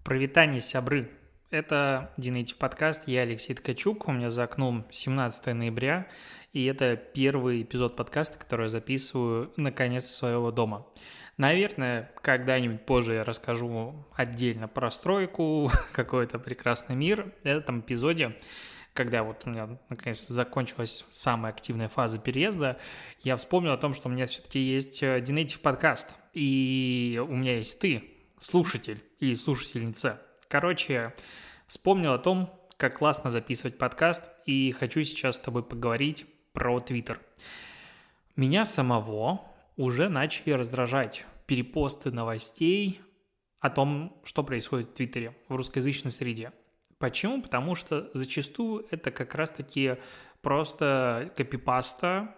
Привитание, сябры! Это Динейтив подкаст, я Алексей Ткачук, у меня за окном 17 ноября, и это первый эпизод подкаста, который я записываю наконец из своего дома. Наверное, когда-нибудь позже я расскажу отдельно про стройку, какой-то прекрасный мир. В этом эпизоде, когда вот у меня наконец закончилась самая активная фаза переезда, я вспомнил о том, что у меня все-таки есть Динейтив подкаст, и у меня есть ты, слушатель или слушательница. Короче, вспомнил о том, как классно записывать подкаст, и хочу сейчас с тобой поговорить про Твиттер. Меня самого уже начали раздражать перепосты новостей о том, что происходит в Твиттере, в русскоязычной среде. Почему? Потому что зачастую это как раз-таки просто копипаста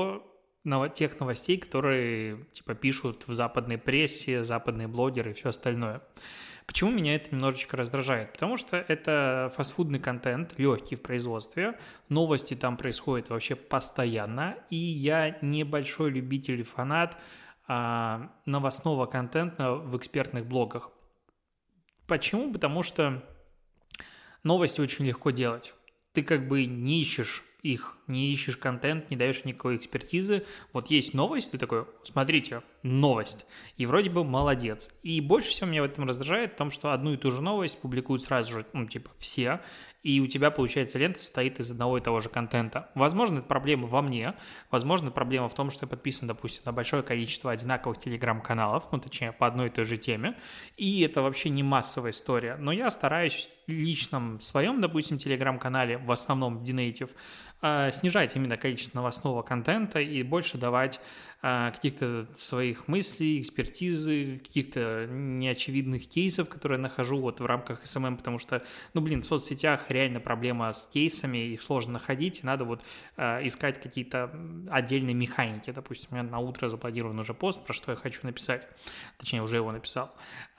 тех новостей, которые пишут в западной прессе, западные блогеры и все остальное. Почему меня это немножечко раздражает? Потому что это фастфудный контент, легкий в производстве, новости там происходят вообще постоянно, и я небольшой любитель и фанат новостного контента в экспертных блогах. Почему? Потому что новости очень легко делать. Ты не ищешь их, не ищешь контент, не даешь никакой экспертизы. Вот есть новость, ты такой, смотрите, новость. И вроде бы молодец. И больше всего меня в этом раздражает в том, что одну и ту же новость публикуют сразу же, все, и у тебя, получается, лента состоит из одного и того же контента. Возможно, это проблема во мне, возможно, проблема в том, что я подписан, допустим, на большое количество одинаковых телеграм-каналов, точнее, по одной и той же теме, и это вообще не массовая история. Но я стараюсь в личном своем, допустим, телеграм-канале, в основном в Динейтив, снижать именно количество новостного контента и больше давать каких-то своих мыслей, экспертизы, каких-то неочевидных кейсов, которые я нахожу в рамках СММ, потому что, в соцсетях реально проблема с кейсами, их сложно находить, надо искать какие-то отдельные механики. Допустим, у меня на утро запланирован уже пост, про что я хочу написать, точнее, уже его написал.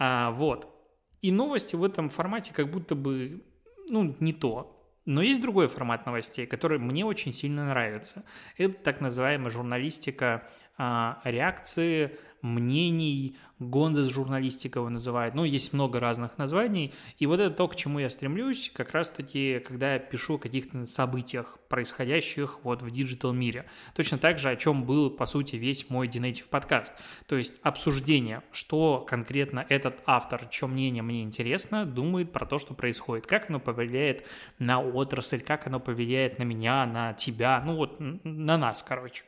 И новости в этом формате как будто бы, не то. Но есть другой формат новостей, который мне очень сильно нравится. Это так называемая журналистика реакции, мнений, гонзес-журналистика его называют. Есть много разных названий. И вот это то, к чему я стремлюсь, как раз-таки, когда я пишу о каких-то событиях, происходящих в диджитал-мире. Точно так же, о чем был, по сути, весь мой Динейтив подкаст. То есть обсуждение, что конкретно этот автор, чье мнение мне интересно, думает про то, что происходит, как оно повлияет на отрасль, как оно повлияет на меня, на тебя, на нас, короче.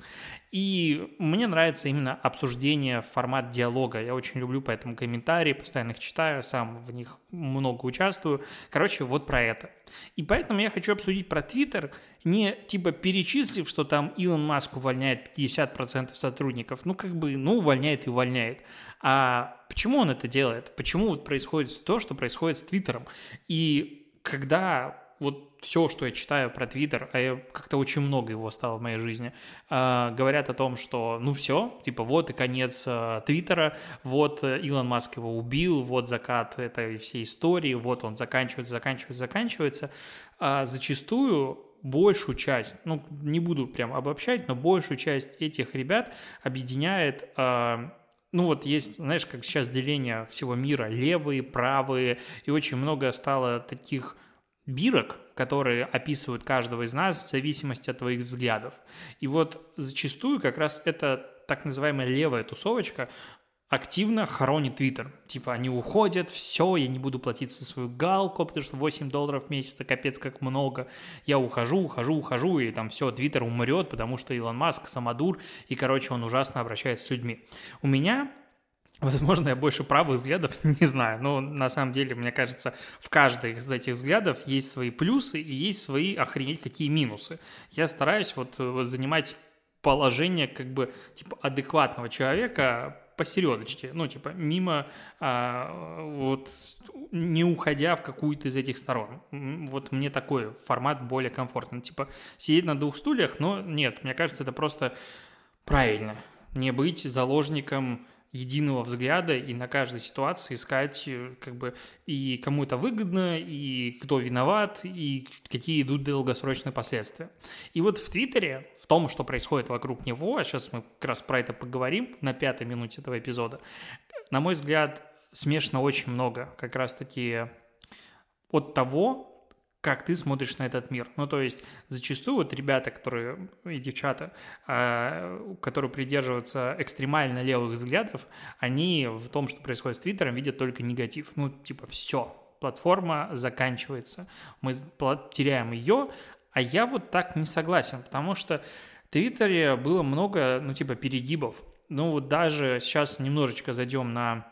И мне нравится именно обсуждение, формат диалога. Я очень люблю поэтому комментарии, постоянно их читаю, сам в них много участвую. Короче, вот про это. И поэтому я хочу обсудить про Твиттер, не перечислив, что там Илон Маск увольняет 50% сотрудников. Увольняет и увольняет. А почему он это делает? Почему происходит то, что происходит с Твиттером? И когда все, что я читаю про Твиттер, а я как-то очень много его стало в моей жизни, говорят о том, что все, вот и конец Твиттера, Илон Маск его убил, закат этой всей истории, он заканчивается. Зачастую большую часть, не буду прям обобщать, но большую часть этих ребят объединяет... есть, знаешь, как сейчас деление всего мира, левые, правые, и очень много стало таких бирок, которые описывают каждого из нас в зависимости от твоих взглядов. И зачастую как раз эта так называемая левая тусовочка активно хоронит Твиттер. Они уходят, все, я не буду платить за свою галку, потому что $8 в месяц, это капец как много. Я ухожу, и там все, Твиттер умрет, потому что Илон Маск самодур, и, он ужасно обращается с людьми. У меня... Возможно, я больше правых взглядов, не знаю, но на самом деле, мне кажется, в каждой из этих взглядов есть свои плюсы и есть свои охренеть какие минусы. Я стараюсь занимать положение адекватного человека посередочке, мимо, не уходя в какую-то из этих сторон. Мне такой формат более комфортный. Сидеть на двух стульях, но нет, мне кажется, это просто правильно. Не быть заложником единого взгляда и на каждой ситуации искать и кому это выгодно, и кто виноват, и какие идут долгосрочные последствия. И в Твиттере, в том, что происходит вокруг него, а сейчас мы как раз про это поговорим на 5-й минуте этого эпизода, на мой взгляд, смешано очень много как раз-таки от того, как ты смотришь на этот мир. Ну, то есть зачастую вот ребята, которые, и девчата, которые придерживаются экстремально левых взглядов, они в том, что происходит с Твиттером, видят только негатив. Ну, типа, все, платформа заканчивается, мы теряем ее, а я вот так не согласен, потому что в Твиттере было много, ну, типа, перегибов. Ну, вот даже сейчас немножечко зайдем на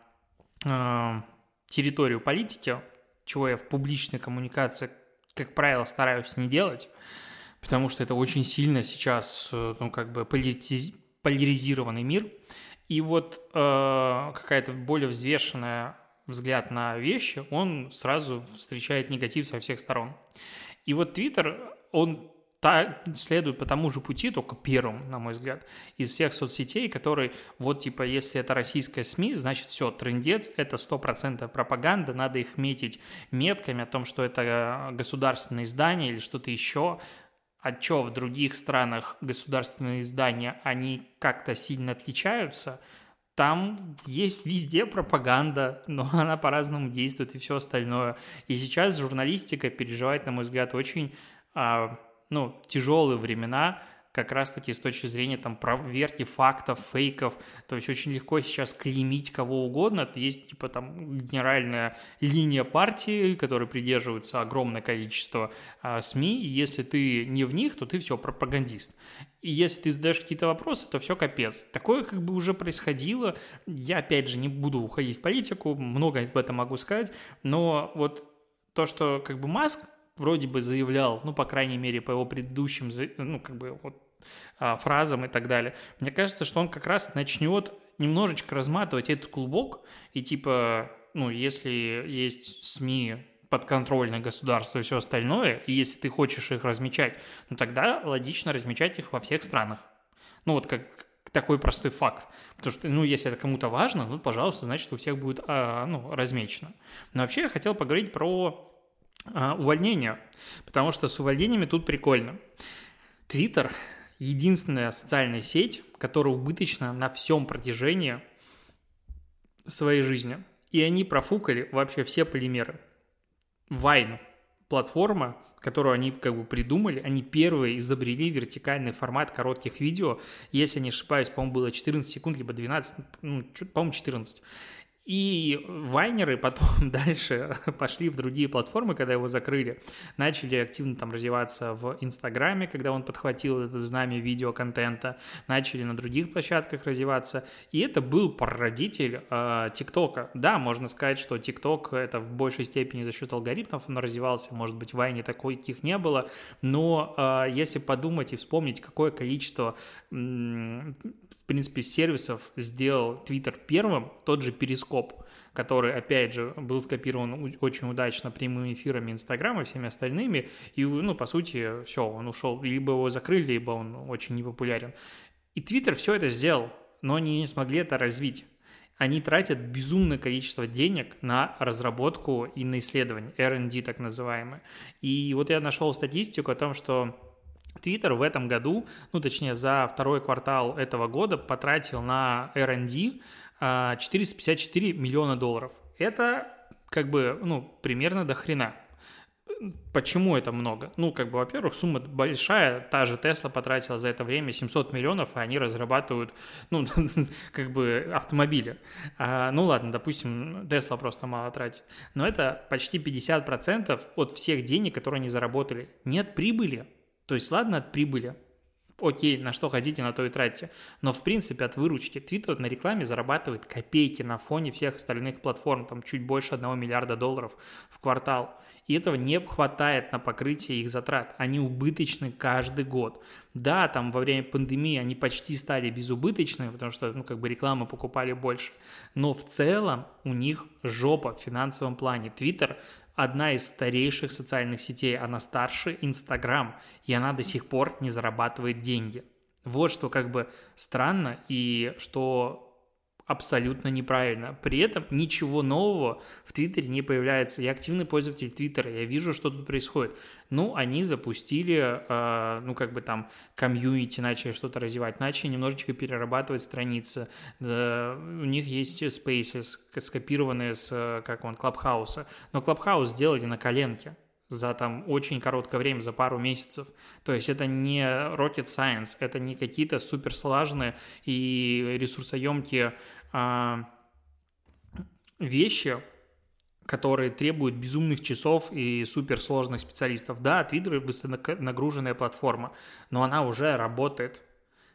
территорию политики, чего я в публичной коммуникации, как правило, стараюсь не делать, потому что это очень сильно сейчас, ну, как бы поляризированный мир. И вот какая-то более взвешенная взгляд на вещи, он сразу встречает негатив со всех сторон. И вот Твиттер, он следует по тому же пути, только первым, на мой взгляд, из всех соцсетей, который, вот, типа, если это российская СМИ, значит, все, трындец, это 100% пропаганда, надо их метить метками о том, что это государственное издание или что-то еще. А что, в других странах государственные издания, они как-то сильно отличаются? Там есть везде пропаганда, но она по-разному действует и все остальное. И сейчас журналистика переживает, на мой взгляд, очень тяжелые времена, как раз-таки с точки зрения там проверки фактов, фейков. То есть очень легко сейчас клеймить кого угодно. Есть типа там генеральная линия партии, которой придерживаются огромное количество СМИ. И если ты не в них, то ты все, пропагандист. И если ты задаешь какие-то вопросы, то все капец. Такое как бы уже происходило. Я, опять же, не буду уходить в политику, много об этом могу сказать. Но вот то, что как бы Маск вроде бы заявлял, ну, по крайней мере, по его предыдущим, ну, как бы, вот, фразам и так далее, мне кажется, что он как раз начнет немножечко разматывать этот клубок, и типа, ну, если есть СМИ подконтрольное государство и все остальное, и если ты хочешь их размечать, ну, тогда логично размечать их во всех странах. Ну, вот как такой простой факт. Потому что, ну, если это кому-то важно, ну, пожалуйста, значит, у всех будет, размечено. Но вообще я хотел поговорить про увольнения, потому что с увольнениями тут прикольно. Твиттер – единственная социальная сеть, которая убыточна на всем протяжении своей жизни. И они профукали вообще все полимеры. Vine – платформа, которую они как бы придумали, они первые изобрели вертикальный формат коротких видео. Если не ошибаюсь, по-моему, было 14 секунд, либо 12, по-моему, 14. И вайнеры потом дальше пошли в другие платформы, когда его закрыли, начали активно там развиваться в Инстаграме, когда он подхватил это знамя видеоконтента, начали на других площадках развиваться, и это был прародитель ТикТока. Да, можно сказать, что ТикТок это в большей степени за счет алгоритмов он развивался, может быть, в Вайне таких не было, но если подумать и вспомнить, какое количество в принципе, сервисов сделал Twitter первым, тот же Перископ, который, опять же, был скопирован очень удачно прямыми эфирами Инстаграма и всеми остальными, и, ну, по сути, все, он ушел, либо его закрыли, либо он очень непопулярен. И Twitter все это сделал, но они не смогли это развить. Они тратят безумное количество денег на разработку и на исследование, R&D так называемое. И вот я нашел статистику о том, что Твиттер в этом году, ну, точнее, за второй квартал этого года потратил на R&D 454 миллиона долларов. Это, как бы, ну, примерно до хрена. Почему это много? Ну, как бы, во-первых, сумма большая. Та же Tesla потратила за это время 700 миллионов, и они разрабатывают, ну, как бы, автомобили. Ну, ладно, допустим, Tesla просто мало тратит. Но это почти 50% от всех денег, которые они заработали. Нет прибыли. То есть, ладно, от прибыли, окей, на что хотите, на то и тратьте, но, в принципе, от выручки Twitter на рекламе зарабатывает копейки на фоне всех остальных платформ, там чуть больше 1 миллиарда долларов в квартал, и этого не хватает на покрытие их затрат, они убыточны каждый год. Да, там во время пандемии они почти стали безубыточными, потому что, ну, как бы рекламу покупали больше, но в целом у них жопа в финансовом плане. Twitter – одна из старейших социальных сетей, она старше Инстаграм, и она до сих пор не зарабатывает деньги. Вот что как бы странно, и что абсолютно неправильно. При этом ничего нового в Твиттере не появляется. Я активный пользователь Твиттера, я вижу, что тут происходит. Ну, они запустили, комьюнити, начали что-то развивать, начали немножечко перерабатывать страницы. У них есть Spaces, скопированные с, Клабхауса. Но Клабхаус сделали на коленке за очень короткое время, за пару месяцев. То есть это не rocket science, это не какие-то суперсложные и ресурсоемкие вещи, которые требуют безумных часов и суперсложных специалистов. Да, Twitter высоконагруженная платформа, но она уже работает.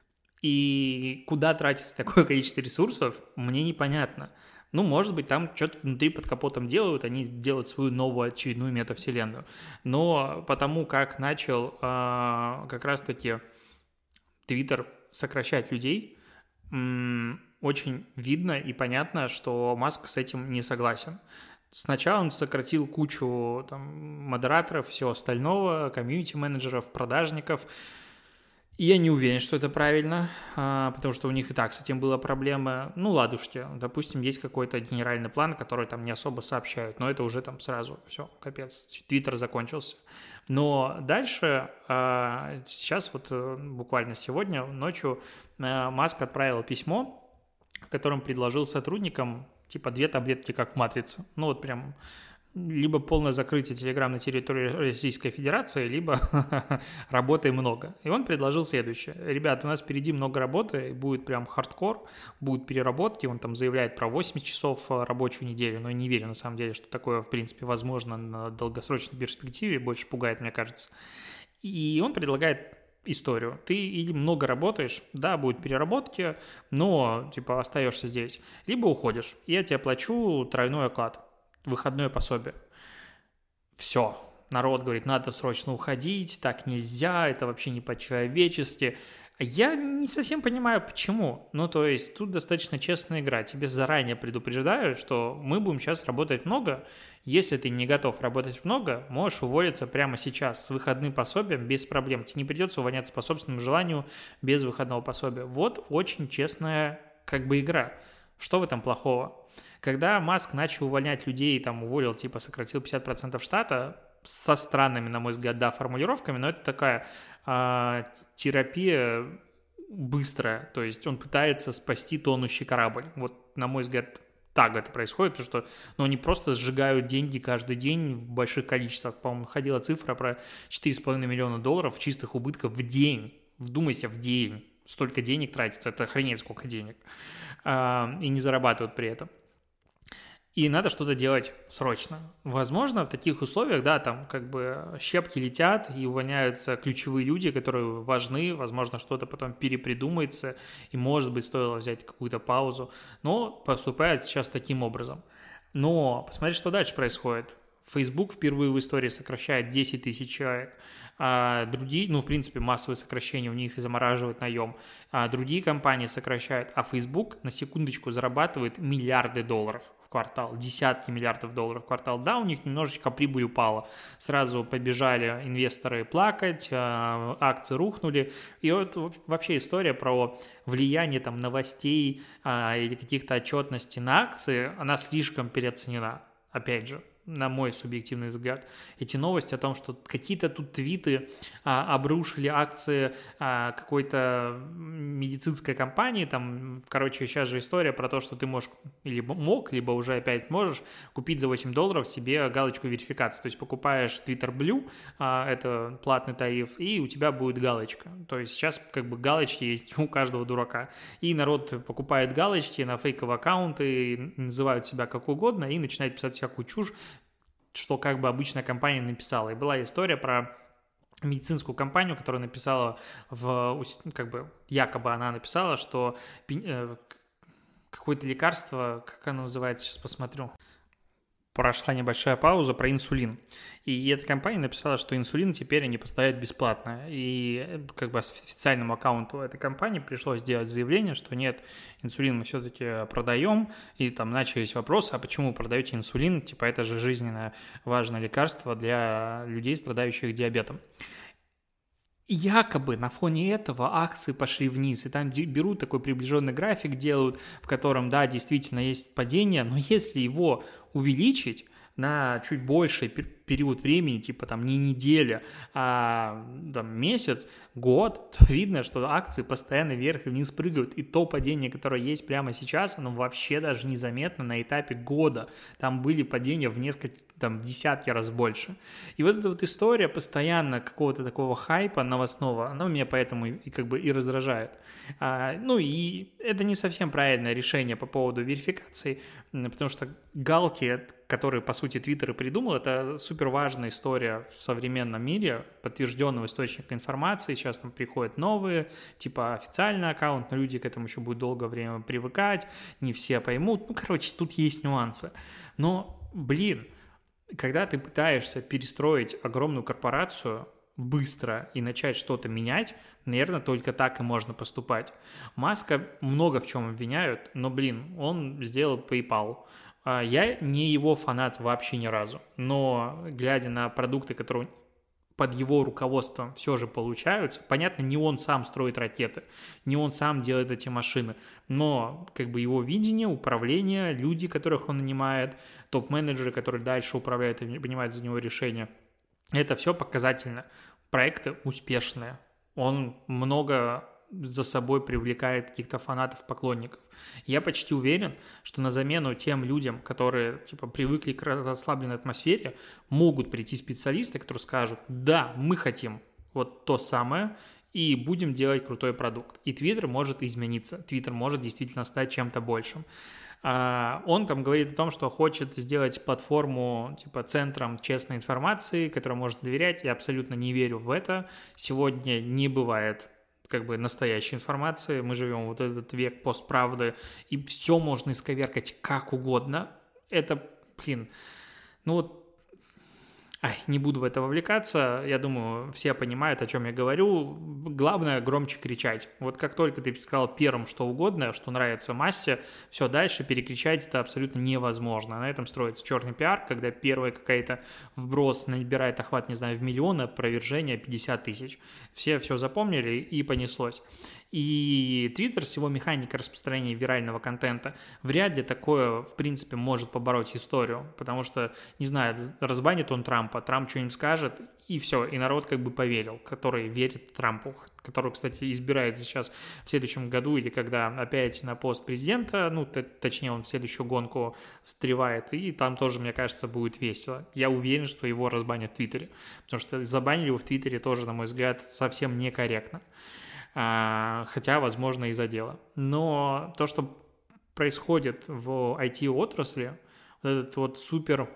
И куда тратится такое количество ресурсов, мне непонятно. Ну, может быть, там что-то внутри под капотом делают, они делают свою новую очередную метавселенную. Но потому как начал как раз-таки Twitter сокращать людей, очень видно и понятно, что Маск с этим не согласен. Сначала он сократил кучу модераторов, всего остального, комьюнити-менеджеров, продажников. И я не уверен, что это правильно, потому что у них и так с этим была проблема. Ну, ладушки, допустим, есть какой-то генеральный план, который не особо сообщают, но это уже сразу все, капец, Твиттер закончился. Но дальше, сейчас буквально сегодня ночью Маск отправил письмо, в котором предложил сотрудникам 2 таблетки, как в «Матрице». Ну, прям либо полное закрытие Telegram на территории Российской Федерации, либо работы много. И он предложил следующее. Ребят, у нас впереди много работы, будет прям хардкор, будут переработки. Он заявляет про 80 часов рабочую неделю, но я не верю на самом деле, что такое, в принципе, возможно на долгосрочной перспективе, больше пугает, мне кажется. И он предлагает историю. Ты или много работаешь, да, будут переработки, но, остаешься здесь. Либо уходишь, и я тебе плачу тройной оклад, выходное пособие. Все. Народ говорит, надо срочно уходить, так нельзя, это вообще не по-человечески. Я не совсем понимаю, почему. Ну, то есть, тут достаточно честная игра. Тебе заранее предупреждают, что мы будем сейчас работать много. Если ты не готов работать много, можешь уволиться прямо сейчас с выходным пособием без проблем. Тебе не придется увольняться по собственному желанию без выходного пособия. Вот очень честная игра. Что в этом плохого? Когда Маск начал увольнять людей, уволил, сократил 50% штата, со странными, на мой взгляд, формулировками, но это такая терапия быстрая, то есть он пытается спасти тонущий корабль. Вот, на мой взгляд, так это происходит, потому что они просто сжигают деньги каждый день в больших количествах. По-моему, ходила цифра про $4,5 миллиона чистых убытков в день. Вдумайся, в день. Столько денег тратится, это охренеть сколько денег. И не зарабатывают при этом. И надо что-то делать срочно. Возможно, в таких условиях, да, щепки летят и увольняются ключевые люди, которые важны, возможно, что-то потом перепридумается, и, может быть, стоило взять какую-то паузу, но поступает сейчас таким образом. Но посмотри, что дальше происходит. Facebook впервые в истории сокращает 10 тысяч человек, а другие, в принципе, массовые сокращения, у них и замораживают наем, а другие компании сокращают, а Facebook, на секундочку, зарабатывает миллиарды долларов в квартал, десятки миллиардов долларов в квартал. Да, у них немножечко прибыль упала, сразу побежали инвесторы плакать, акции рухнули, и вообще история про влияние новостей или каких-то отчетностей на акции, она слишком переоценена, опять же. На мой субъективный взгляд, эти новости о том, что какие-то тут твиты обрушили акции какой-то медицинской компании, сейчас же история про то, что ты можешь, либо мог, либо уже опять можешь купить за $8 себе галочку верификации, то есть покупаешь Twitter Blue, это платный тариф, и у тебя будет галочка, то есть сейчас галочки есть у каждого дурака, и народ покупает галочки на фейковые аккаунты, называют себя как угодно и начинает писать всякую чушь, что обычная компания написала. И была история про медицинскую компанию, которая написала якобы она написала, что какое-то лекарство, как оно называется, сейчас посмотрю. Прошла небольшая пауза про инсулин. И эта компания написала, что инсулин теперь не поставят бесплатно. И официальному аккаунту этой компании пришлось сделать заявление, что нет, инсулин мы все-таки продаем. И начались вопросы, а почему продаете инсулин? Это же жизненно важное лекарство для людей, страдающих диабетом. И якобы на фоне этого акции пошли вниз, и там берут такой приближенный график, делают, в котором, да, действительно есть падение, но если его увеличить на чуть больший период времени, типа там не неделя, а там месяц, год, то видно, что акции постоянно вверх и вниз прыгают, и то падение, которое есть прямо сейчас, оно вообще даже незаметно на этапе года. Там были падения в несколько, там, в десятки раз больше. И вот эта вот история постоянно какого-то такого хайпа новостного, она меня поэтому и как бы и раздражает. Ну и это не совсем правильное решение по поводу верификации, потому что галки, которые, по сути, Твиттер и придумал, это супер важная история в современном мире, подтвержденного источника информации. Сейчас там приходят новые, типа официальный аккаунт, но люди к этому еще будут долгое время привыкать, не все поймут. Ну, короче, тут есть нюансы. Но, блин, когда ты пытаешься перестроить огромную корпорацию быстро и начать что-то менять, наверное, только так и можно поступать. Маска много в чем обвиняют, но, блин, он сделал PayPal. Я не его фанат вообще ни разу, но глядя на продукты, которые под его руководством все же получаются, понятно, не он сам строит ракеты, не он сам делает эти машины, но как бы его видение, управление, люди, которых он нанимает, топ-менеджеры, которые дальше управляют и принимают за него решения, это все показательно. Проекты успешные. Он много за собой привлекает каких-то фанатов, поклонников. Я почти уверен, что на замену тем людям, которые типа привыкли к расслабленной атмосфере, могут прийти специалисты, которые скажут: да, мы хотим вот то самое, и будем делать крутой продукт. И Twitter может измениться. Twitter может действительно стать чем-то большим. Он там говорит о том, что хочет сделать платформу типа центром честной информации, которой можно доверять. Я абсолютно не верю в это. Сегодня не бывает как бы настоящей информации. Мы живем вот этот век постправды, и все можно исковеркать как угодно. Это, блин, ну вот, не буду в это вовлекаться, я думаю, все понимают, о чем я говорю. Главное громче кричать. Вот как только ты сказал первым что угодно, что нравится массе, все, дальше перекричать это абсолютно невозможно. На этом строится черный пиар, когда первая какая-то вброс набирает охват, не знаю, в миллион, опровержение 50 тысяч. Все запомнили и понеслось. И Twitter с его механикой распространения вирального контента вряд ли такое, в принципе, может побороть историю, потому что, не знаю, разбанит он Трампа, Трамп что-нибудь скажет, и все, и народ как бы поверил, который верит Трампу, который, кстати, избирается сейчас в следующем году или когда опять на пост президента, ну, точнее, он в следующую гонку встревает, и там тоже, мне кажется, будет весело. Я уверен, что его разбанят в Твиттере, потому что забанили его в Твиттере тоже, на мой взгляд, совсем некорректно. Хотя, возможно, из-за дела. Но то, что происходит в IT-отрасли, вот этот вот супер,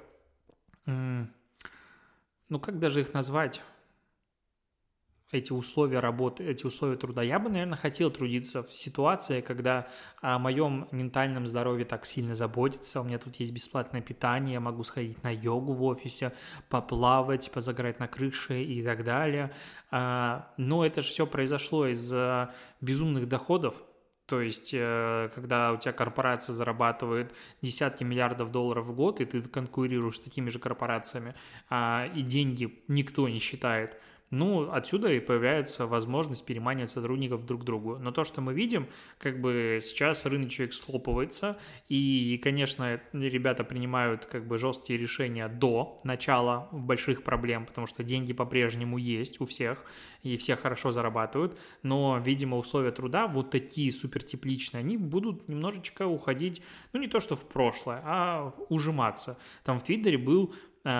ну как даже их назвать, эти условия работы, эти условия труда. Я бы, наверное, хотел трудиться в ситуации, когда о моем ментальном здоровье так сильно заботятся, у меня тут есть бесплатное питание, я могу сходить на йогу в офисе, поплавать, позагорать на крыше и так далее. Но это же все произошло из-за безумных доходов. То есть, когда у тебя корпорация зарабатывает десятки миллиардов долларов в год, и ты конкурируешь с такими же корпорациями, и деньги никто не считает, ну, отсюда и появляется возможность переманивать сотрудников друг к другу. Но то, что мы видим, как бы сейчас рыночек схлопывается, и, конечно, ребята принимают как бы жесткие решения до начала больших проблем, потому что деньги по-прежнему есть у всех, и все хорошо зарабатывают, но, видимо, условия труда вот такие супертепличные, они будут немножечко уходить, ну, не то что в прошлое, а ужиматься. Там в Твиттере был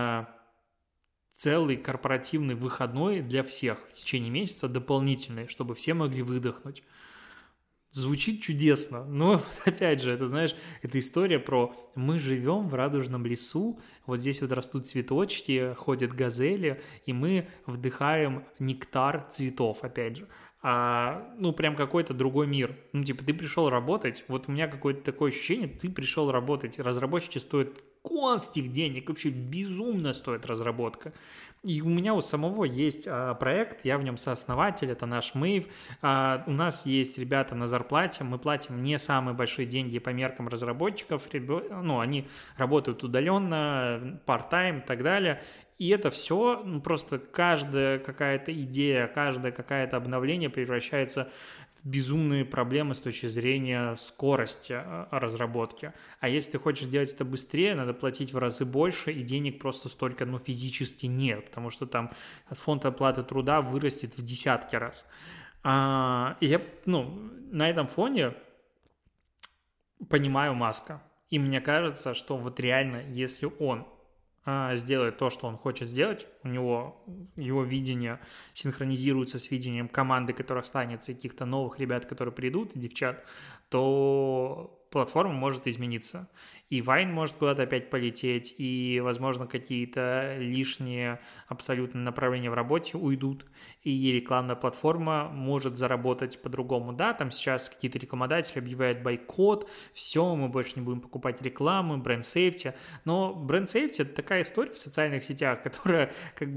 целый корпоративный выходной для всех в течение месяца дополнительный, чтобы все могли выдохнуть. Звучит чудесно, но, опять же, это, знаешь, это история про мы живем в радужном лесу, вот здесь вот растут цветочки, ходят газели, и мы вдыхаем нектар цветов, опять же. Ну, прям какой-то другой мир. Ну, типа, ты пришел работать, вот у меня какое-то такое ощущение, ты пришел работать, разработчики стоят конских денег, вообще безумно стоит разработка. И у меня у самого есть проект, я в нем сооснователь, это наш Мэйв. У нас есть ребята на зарплате, мы платим не самые большие деньги по меркам разработчиков, они работают удаленно, part-time и так далее. И это все, просто каждая какая-то идея, каждое какое-то обновление превращается в безумные проблемы с точки зрения скорости разработки. А если ты хочешь делать это быстрее, надо платить в разы больше, и денег просто столько, физически нет, потому что там фонд оплаты труда вырастет в десятки раз. И я, на этом фоне понимаю Маска. И мне кажется, что вот реально, если он сделает то, что он хочет сделать, у него его видение синхронизируется с видением команды, которая останется, и каких-то новых ребят, которые придут, и девчат, то платформа может измениться. И Vine может куда-то опять полететь, и, возможно, какие-то лишние абсолютно направления в работе уйдут, и рекламная платформа может заработать по-другому. Да, там сейчас какие-то рекламодатели объявляют бойкот, все, мы больше не будем покупать рекламу, бренд сейфти. Но бренд сейфти – это такая история в социальных сетях, которая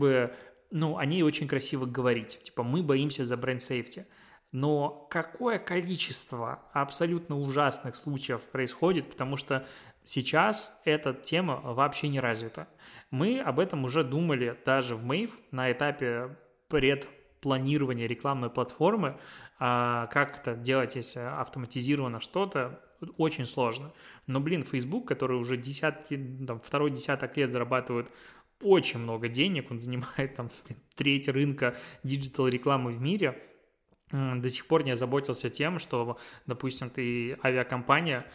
о ней очень красиво говорить. Типа, мы боимся за бренд сейфти. Но какое количество абсолютно ужасных случаев происходит, потому что сейчас эта тема вообще не развита. Мы об этом уже думали даже в Мэйв на этапе предпланирования рекламной платформы. Как это делать, если автоматизировано что-то, очень сложно. Но, Facebook, который уже второй десяток лет зарабатывает очень много денег, он занимает треть рынка диджитал-рекламы в мире, до сих пор не озаботился тем, что, допустим, ты авиакомпания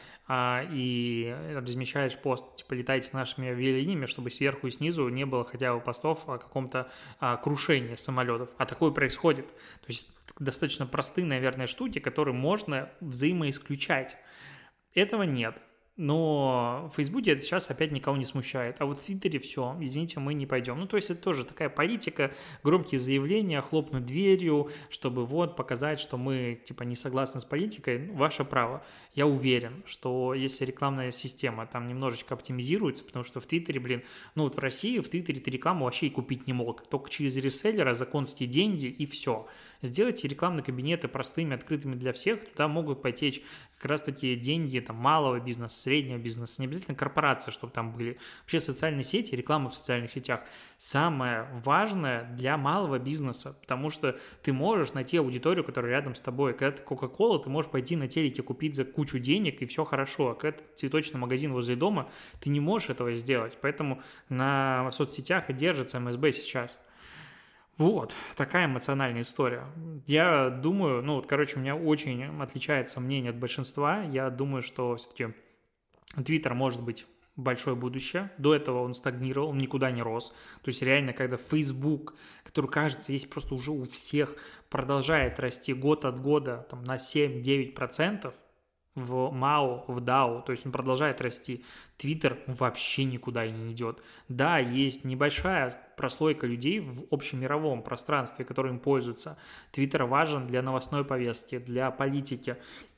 и размещаешь пост, типа, летайте нашими авиалиниями, чтобы сверху и снизу не было хотя бы постов о каком-то крушении самолетов. А такое происходит. То есть достаточно простые, наверное, штуки, которые можно взаимоисключать. Этого нет. Но в Фейсбуке это сейчас опять никого не смущает. А вот в Твиттере все, извините, мы не пойдем. То есть это тоже такая политика, громкие заявления, хлопнуть дверью, чтобы показать, что мы не согласны с политикой. Ваше право. Я уверен, что если рекламная система там немножечко оптимизируется, потому что в Твиттере, в России в Твиттере ты рекламу вообще и купить не мог. Только через реселлера за конские деньги и все. Сделайте рекламные кабинеты простыми, открытыми для всех, туда могут потечь как раз-таки деньги малого бизнеса, среднего бизнеса, не обязательно корпорации, чтобы там были. Вообще социальные сети, реклама в социальных сетях самое важное для малого бизнеса, потому что ты можешь найти аудиторию, которая рядом с тобой. Когда ты Coca-Cola, ты можешь пойти на телеке купить за кучу денег, и все хорошо. А когда ты цветочный магазин возле дома, ты не можешь этого сделать. Поэтому на соцсетях и держится МСБ сейчас. Вот, такая эмоциональная история. Я думаю, у меня очень отличается мнение от большинства. Я думаю, что все-таки Twitter может быть большое будущее. До этого он стагнировал, он никуда не рос. То есть реально, когда Facebook, который, кажется, есть просто уже у всех, продолжает расти год от года на 7-9%, в МАУ, в DAO, то есть он продолжает расти. Твиттер вообще никуда и не идет. Да, есть небольшая прослойка людей в общемировом пространстве, которым пользуются. Твиттер важен для новостной повестки, для политики.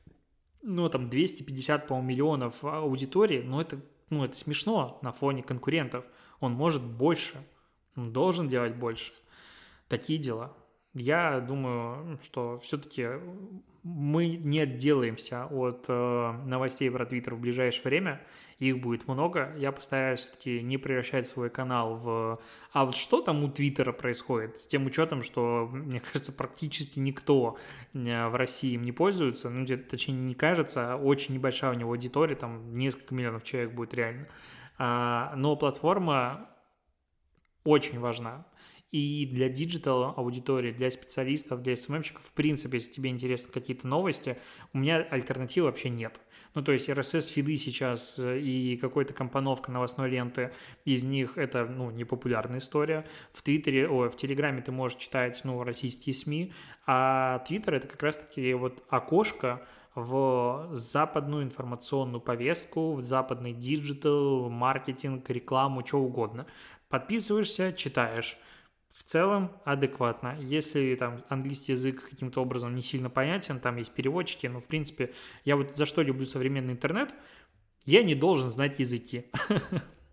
250, по-моему, миллионов аудитории, но это смешно на фоне конкурентов. Он может больше, он должен делать больше. Такие дела. Я думаю, что все-таки мы не отделаемся от новостей про Твиттер в ближайшее время. Их будет много. Я постараюсь все-таки не превращать свой канал в... А вот что там у Твиттера происходит? С тем учетом, что, мне кажется, практически никто в России им не пользуется. Точнее, не кажется, очень небольшая у него аудитория, там несколько миллионов человек будет реально. Но платформа очень важна. И для диджитал-аудитории, для специалистов, для СММщиков, в принципе, если тебе интересны какие-то новости, у меня альтернативы вообще нет. То есть RSS-фиды сейчас и какая-то компоновка новостной ленты, из них это, непопулярная история. В Телеграме ты можешь читать, российские СМИ, а Твиттер – это как раз-таки окошко в западную информационную повестку, в западный диджитал, маркетинг, рекламу, что угодно. Подписываешься, читаешь. В целом адекватно. Если там английский язык каким-то образом не сильно понятен, там есть переводчики, в принципе, я за что люблю современный интернет, я не должен знать языки.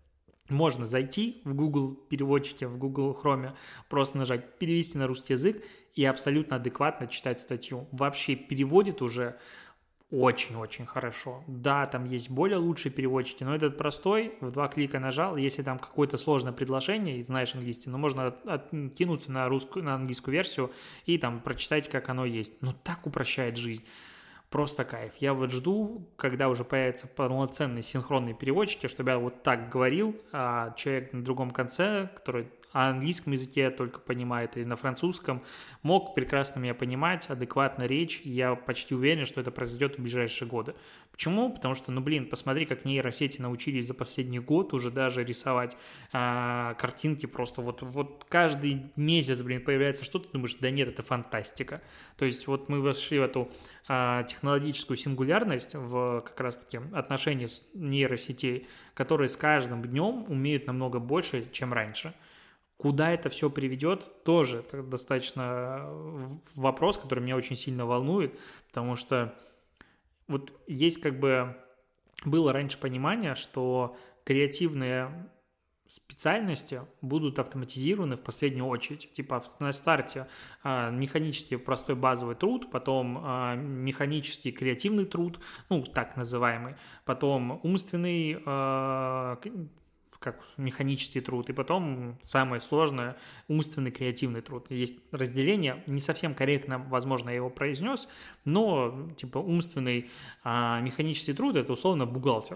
Можно зайти в Google переводчике, в Google Chrome, просто нажать «Перевести на русский язык» и абсолютно адекватно читать статью. Вообще переводит уже очень-очень хорошо. Да, там есть более лучшие переводчики, но этот простой, в 2 клика нажал, если там какое-то сложное предложение и знаешь английский, ну, можно откинуться на английскую версию и там прочитать, как оно есть. Но так упрощает жизнь. Просто кайф. Я вот жду, когда уже появятся полноценные синхронные переводчики, чтобы я вот так говорил, а человек на другом конце, который о английском языке только понимает или на французском, мог прекрасно меня понимать, адекватно речь. И я почти уверен, что это произойдет в ближайшие годы. Почему? Потому что, посмотри, как нейросети научились за последний год уже даже рисовать картинки просто вот каждый месяц, появляется что-то, ты думаешь, да нет, это фантастика. То есть вот мы вошли в эту технологическую сингулярность в как раз-таки отношении с нейросетей, которые с каждым днем умеют намного больше, чем раньше. Куда это все приведет, тоже это достаточно вопрос, который меня очень сильно волнует, потому что вот есть было раньше понимание, что креативные специальности будут автоматизированы в последнюю очередь. Типа на старте механический простой базовый труд, потом механический креативный труд, так называемый, потом умственный как механический труд, и потом самое сложное – умственный креативный труд. Есть разделение, не совсем корректно, возможно, я его произнес, но умственный механический труд – это условно бухгалтер.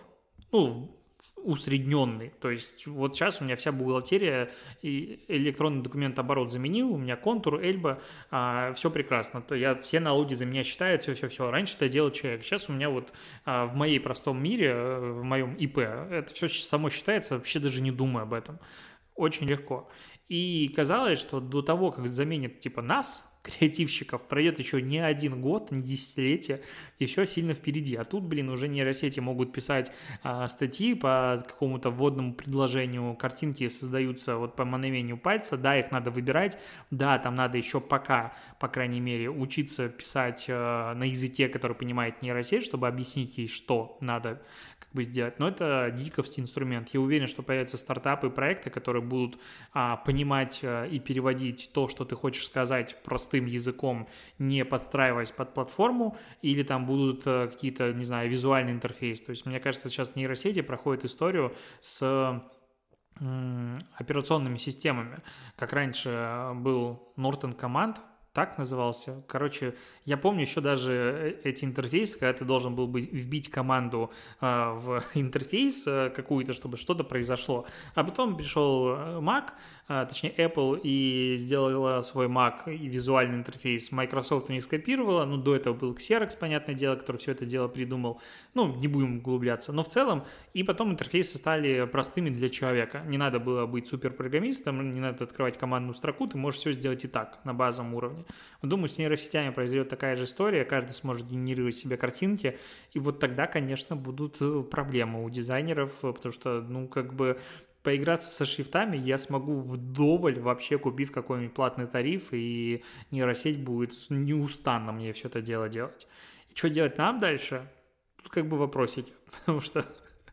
Усредненный. То есть вот сейчас у меня вся бухгалтерия и электронный документооборот заменил, у меня контур, Эльба, все прекрасно. Все налоги за меня считают, все. Раньше это делал человек. Сейчас у меня в моей простом мире, в моем ИП, это все само считается, вообще даже не думая об этом. Очень легко. И казалось, что до того, как заменят нас, креативщиков, пройдет еще не 1 год, не десятилетие, и все сильно впереди. А тут, уже нейросети могут писать статьи по какому-то вводному предложению, картинки создаются по мановению пальца, да, их надо выбирать, да, там надо еще пока, по крайней мере, учиться писать на языке, который понимает нейросеть, чтобы объяснить ей, что надо сделать. Но это гиковский инструмент. Я уверен, что появятся стартапы и проекты, которые будут понимать и переводить то, что ты хочешь сказать простым языком, не подстраиваясь под платформу, или там будут какие-то, не знаю, визуальный интерфейс. То есть, мне кажется, сейчас нейросети проходят историю с операционными системами. Как раньше был Norton Command, так назывался. Короче, я помню еще даже эти интерфейсы, когда ты должен был вбить команду в интерфейс какую-то, чтобы что-то произошло. А потом пришел Mac, точнее Apple, и сделала свой Mac и визуальный интерфейс. Microsoft у них скопировала, до этого был Xerox, понятное дело, который все это дело придумал. Не будем углубляться. Но в целом, и потом интерфейсы стали простыми для человека. Не надо было быть суперпрограммистом, не надо открывать командную строку, ты можешь все сделать и так, на базовом уровне. Думаю, с нейросетями произойдет такая же история, каждый сможет генерировать себе картинки, и вот тогда, конечно, будут проблемы у дизайнеров, потому что, поиграться со шрифтами я смогу вдоволь, вообще купив какой-нибудь платный тариф, и нейросеть будет неустанно мне все это дело делать. И что делать нам дальше? Тут вопросики, потому что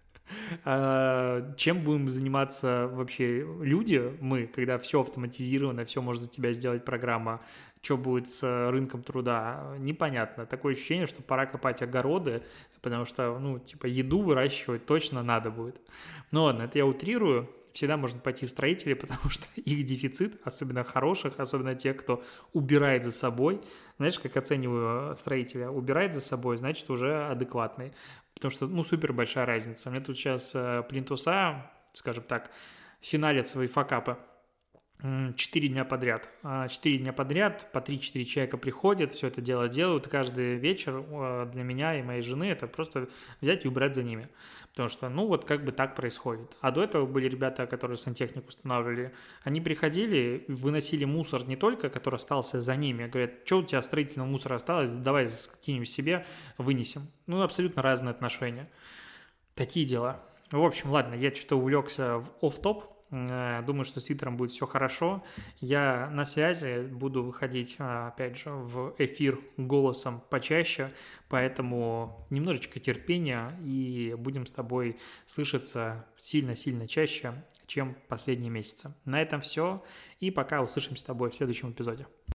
чем будем заниматься вообще люди, мы, когда все автоматизировано, все может за тебя сделать программа, что будет с рынком труда, непонятно. Такое ощущение, что пора копать огороды, потому что, еду выращивать точно надо будет. Ну ладно, это я утрирую. Всегда можно пойти в строители, потому что их дефицит, особенно хороших, особенно тех, кто убирает за собой. Знаешь, как оцениваю строителя? Убирает за собой, значит, уже адекватный. Потому что, супер большая разница. Мне тут сейчас плинтуса, скажем так, финалят свои факапы 4 дня подряд. 4 дня подряд, по 3-4 человека приходят, все это дело делают. Каждый вечер для меня и моей жены это просто взять и убрать за ними. Потому что, так происходит. А до этого были ребята, которые сантехнику устанавливали. Они приходили, выносили мусор не только, который остался за ними. Говорят, что у тебя строительного мусора осталось, давай скинем себе, вынесем. Абсолютно разные отношения. Такие дела. В общем, ладно, я что-то увлекся в офф-топ. Думаю, что с Твиттером будет все хорошо. Я на связи, буду выходить, опять же, в эфир голосом почаще, поэтому немножечко терпения, и будем с тобой слышаться сильно-сильно чаще, чем последние месяцы. На этом все, и пока услышимся с тобой в следующем эпизоде.